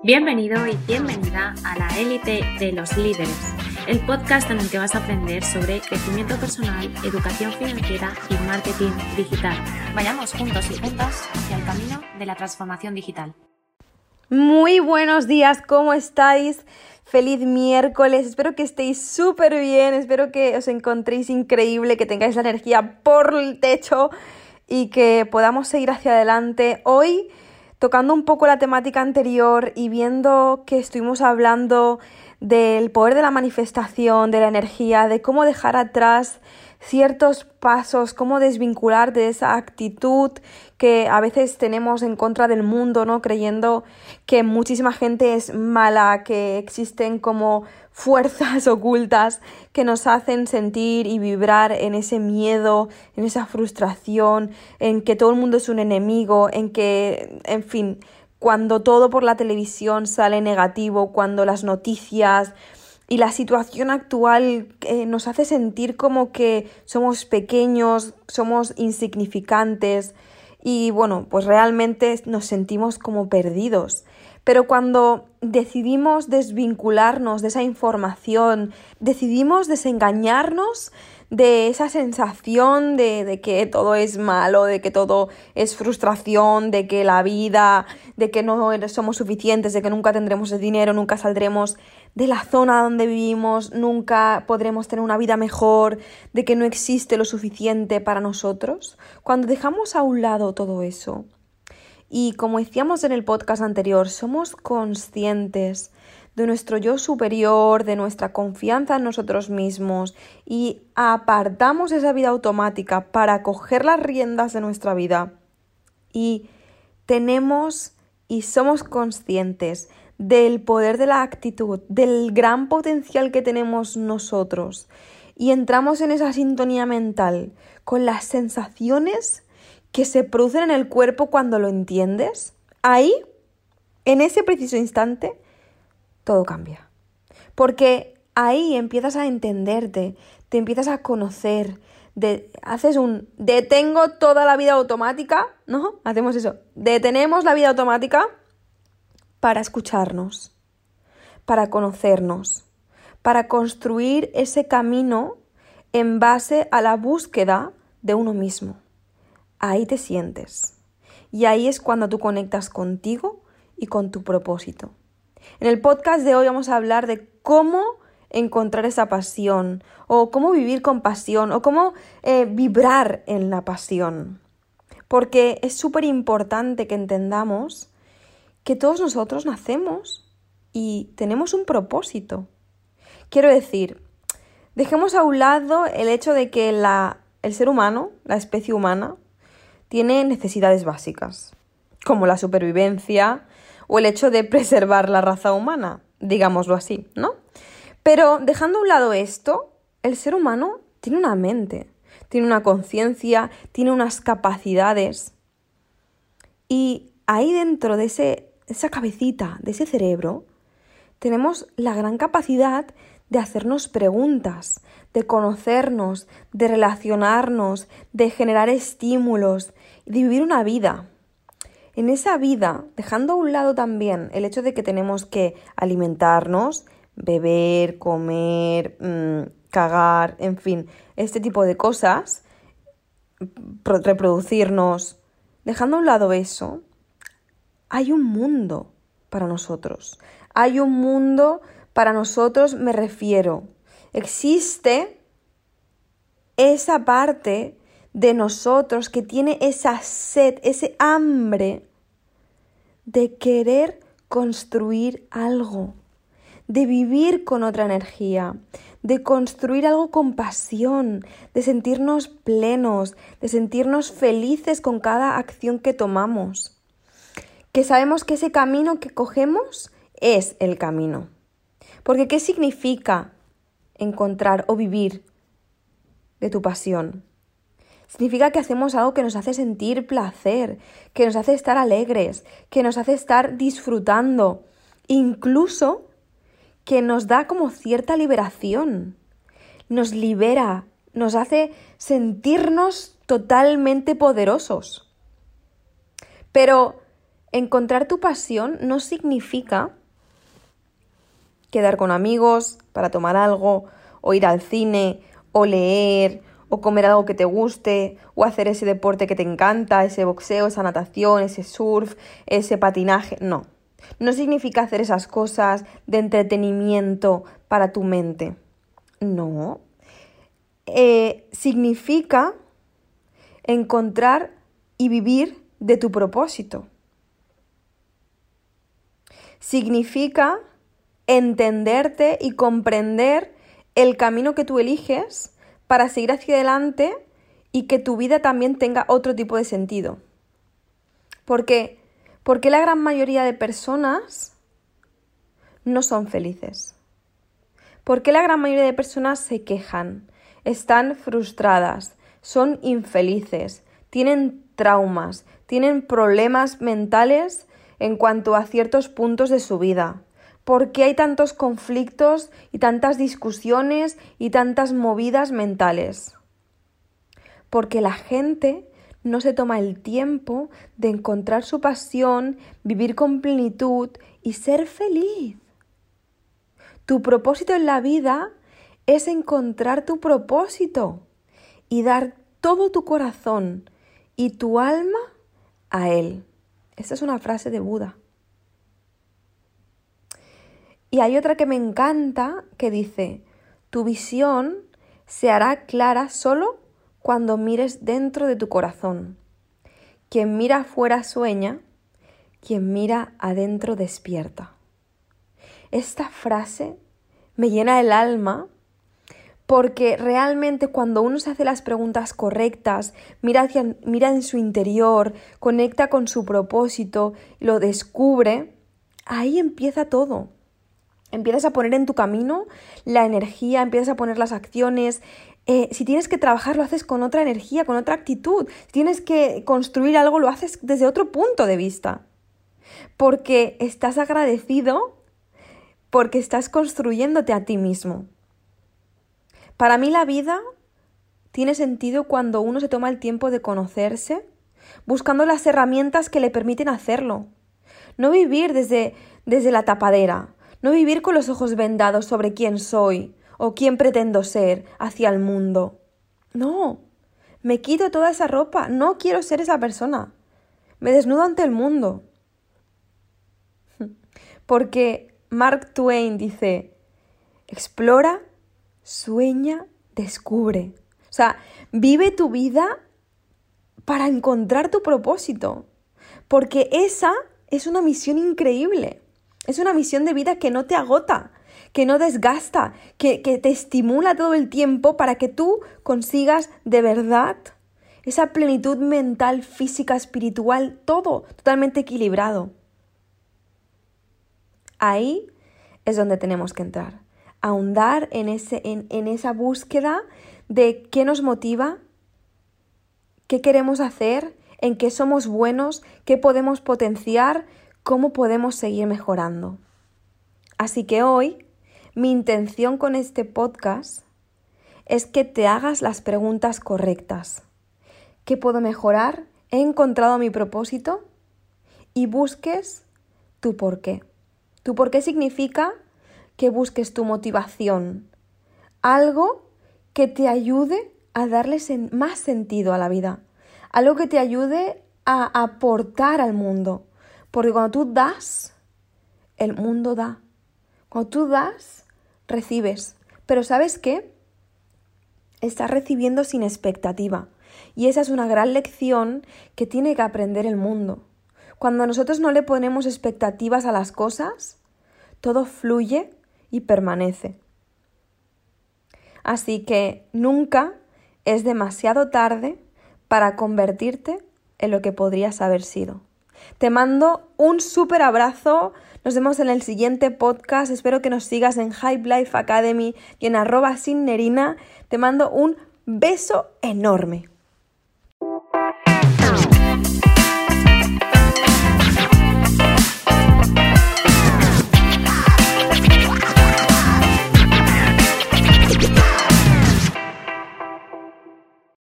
Bienvenido y bienvenida a la élite de los líderes, el podcast en el que vas a aprender sobre crecimiento personal, educación financiera y marketing digital. Vayamos juntos y juntas hacia el camino de la transformación digital. Muy buenos días, ¿cómo estáis? Feliz miércoles, espero que estéis súper bien, espero que os encontréis increíble, que tengáis la energía por el techo y que podamos seguir hacia adelante. Hoy, tocando un poco la temática anterior y viendo que estuvimos hablando del poder de la manifestación, de la energía, de cómo dejar atrás ciertos pasos, cómo desvincular de esa actitud que a veces tenemos en contra del mundo, ¿no? Creyendo que muchísima gente es mala, que existen como fuerzas ocultas que nos hacen sentir y vibrar en ese miedo, en esa frustración, en que todo el mundo es un enemigo, en que, en fin, cuando todo por la televisión sale negativo, cuando las noticias y la situación actual nos hace sentir como que somos pequeños, somos insignificantes y bueno, pues realmente nos sentimos como perdidos. Pero cuando decidimos desvincularnos de esa información, decidimos desengañarnos de esa sensación de que todo es malo, de que todo es frustración, de que la vida, de que no somos suficientes, de que nunca tendremos el dinero, nunca saldremos de la zona donde vivimos, nunca podremos tener una vida mejor, de que no existe lo suficiente para nosotros. Cuando dejamos a un lado todo eso y, como decíamos en el podcast anterior, somos conscientes de nuestro yo superior, de nuestra confianza en nosotros mismos y apartamos esa vida automática para coger las riendas de nuestra vida y tenemos y somos conscientes del poder de la actitud, del gran potencial que tenemos nosotros y entramos en esa sintonía mental con las sensaciones que se producen en el cuerpo cuando lo entiendes, ahí, en ese preciso instante, todo cambia. Porque ahí empiezas a entenderte, te empiezas a conocer, haces un detengo toda la vida automática, ¿no? Hacemos eso, detenemos la vida automática para escucharnos, para conocernos, para construir ese camino en base a la búsqueda de uno mismo. Ahí te sientes. Y ahí es cuando tú conectas contigo y con tu propósito. En el podcast de hoy vamos a hablar de cómo encontrar esa pasión, o cómo vivir con pasión, o cómo vibrar en la pasión. Porque es súper importante que entendamos que todos nosotros nacemos y tenemos un propósito. Quiero decir, dejemos a un lado el hecho de que el ser humano, la especie humana, tiene necesidades básicas, como la supervivencia o el hecho de preservar la raza humana, digámoslo así, ¿no? Pero dejando a un lado esto, el ser humano tiene una mente, tiene una conciencia, tiene unas capacidades. Y ahí dentro de esa cabecita, de ese cerebro, tenemos la gran capacidad de hacernos preguntas, de conocernos, de relacionarnos, de generar estímulos, de vivir una vida. En esa vida, dejando a un lado también el hecho de que tenemos que alimentarnos, beber, comer, cagar, en fin, este tipo de cosas, reproducirnos, dejando a un lado eso, hay un mundo para nosotros. Hay un mundo para nosotros, me refiero. Existe esa parte de nosotros que tiene esa sed, ese hambre de querer construir algo, de vivir con otra energía, de construir algo con pasión, de sentirnos plenos, de sentirnos felices con cada acción que tomamos. Que sabemos que ese camino que cogemos es el camino. Porque ¿qué significa encontrar o vivir de tu pasión? Significa que hacemos algo que nos hace sentir placer, que nos hace estar alegres, que nos hace estar disfrutando, incluso que nos da como cierta liberación, nos libera, nos hace sentirnos totalmente poderosos. Pero encontrar tu pasión no significa quedar con amigos para tomar algo, o ir al cine, o leer, o comer algo que te guste, o hacer ese deporte que te encanta, ese boxeo, esa natación, ese surf, ese patinaje. No, no significa hacer esas cosas de entretenimiento para tu mente. No. Significa encontrar y vivir de tu propósito. Significa entenderte y comprender el camino que tú eliges para seguir hacia adelante y que tu vida también tenga otro tipo de sentido. ¿Por qué la gran mayoría de personas no son felices? ¿Por qué la gran mayoría de personas se quejan? Están frustradas, son infelices, tienen traumas, tienen problemas mentales en cuanto a ciertos puntos de su vida. ¿Por qué hay tantos conflictos y tantas discusiones y tantas movidas mentales? Porque la gente no se toma el tiempo de encontrar su pasión, vivir con plenitud y ser feliz. Tu propósito en la vida es encontrar tu propósito y dar todo tu corazón y tu alma a él. Esta es una frase de Buda. Y hay otra que me encanta que dice, tu visión se hará clara solo cuando mires dentro de tu corazón. Quien mira afuera sueña, quien mira adentro despierta. Esta frase me llena el alma porque realmente cuando uno se hace las preguntas correctas, mira en su interior, conecta con su propósito, lo descubre, ahí empieza todo. Empiezas a poner en tu camino la energía, empiezas a poner las acciones. Si tienes que trabajar, lo haces con otra energía, con otra actitud. Si tienes que construir algo, lo haces desde otro punto de vista. Porque estás agradecido, porque estás construyéndote a ti mismo. Para mí la vida tiene sentido cuando uno se toma el tiempo de conocerse, buscando las herramientas que le permiten hacerlo. No vivir desde la tapadera. No vivir con los ojos vendados sobre quién soy o quién pretendo ser hacia el mundo. No, me quito toda esa ropa, no quiero ser esa persona. Me desnudo ante el mundo. Porque Mark Twain dice, explora, sueña, descubre. O sea, vive tu vida para encontrar tu propósito. Porque esa es una misión increíble. Es una misión de vida que no te agota, que no desgasta, que te estimula todo el tiempo para que tú consigas de verdad esa plenitud mental, física, espiritual, todo totalmente equilibrado. Ahí es donde tenemos que entrar, ahondar en esa búsqueda de qué nos motiva, qué queremos hacer, en qué somos buenos, qué podemos potenciar, cómo podemos seguir mejorando. Así que hoy, mi intención con este podcast es que te hagas las preguntas correctas. ¿Qué puedo mejorar? ¿He encontrado mi propósito? Y busques tu porqué. Tu porqué significa que busques tu motivación. Algo que te ayude a darle más sentido a la vida. Algo que te ayude a aportar al mundo. Porque cuando tú das, el mundo da. Cuando tú das, recibes. Pero ¿sabes qué? Estás recibiendo sin expectativa. Y esa es una gran lección que tiene que aprender el mundo. Cuando nosotros no le ponemos expectativas a las cosas, todo fluye y permanece. Así que nunca es demasiado tarde para convertirte en lo que podrías haber sido. Te mando un súper abrazo. Nos vemos en el siguiente podcast. Espero que nos sigas en Hype Life Academy y en @sinnerina. Te mando un beso enorme.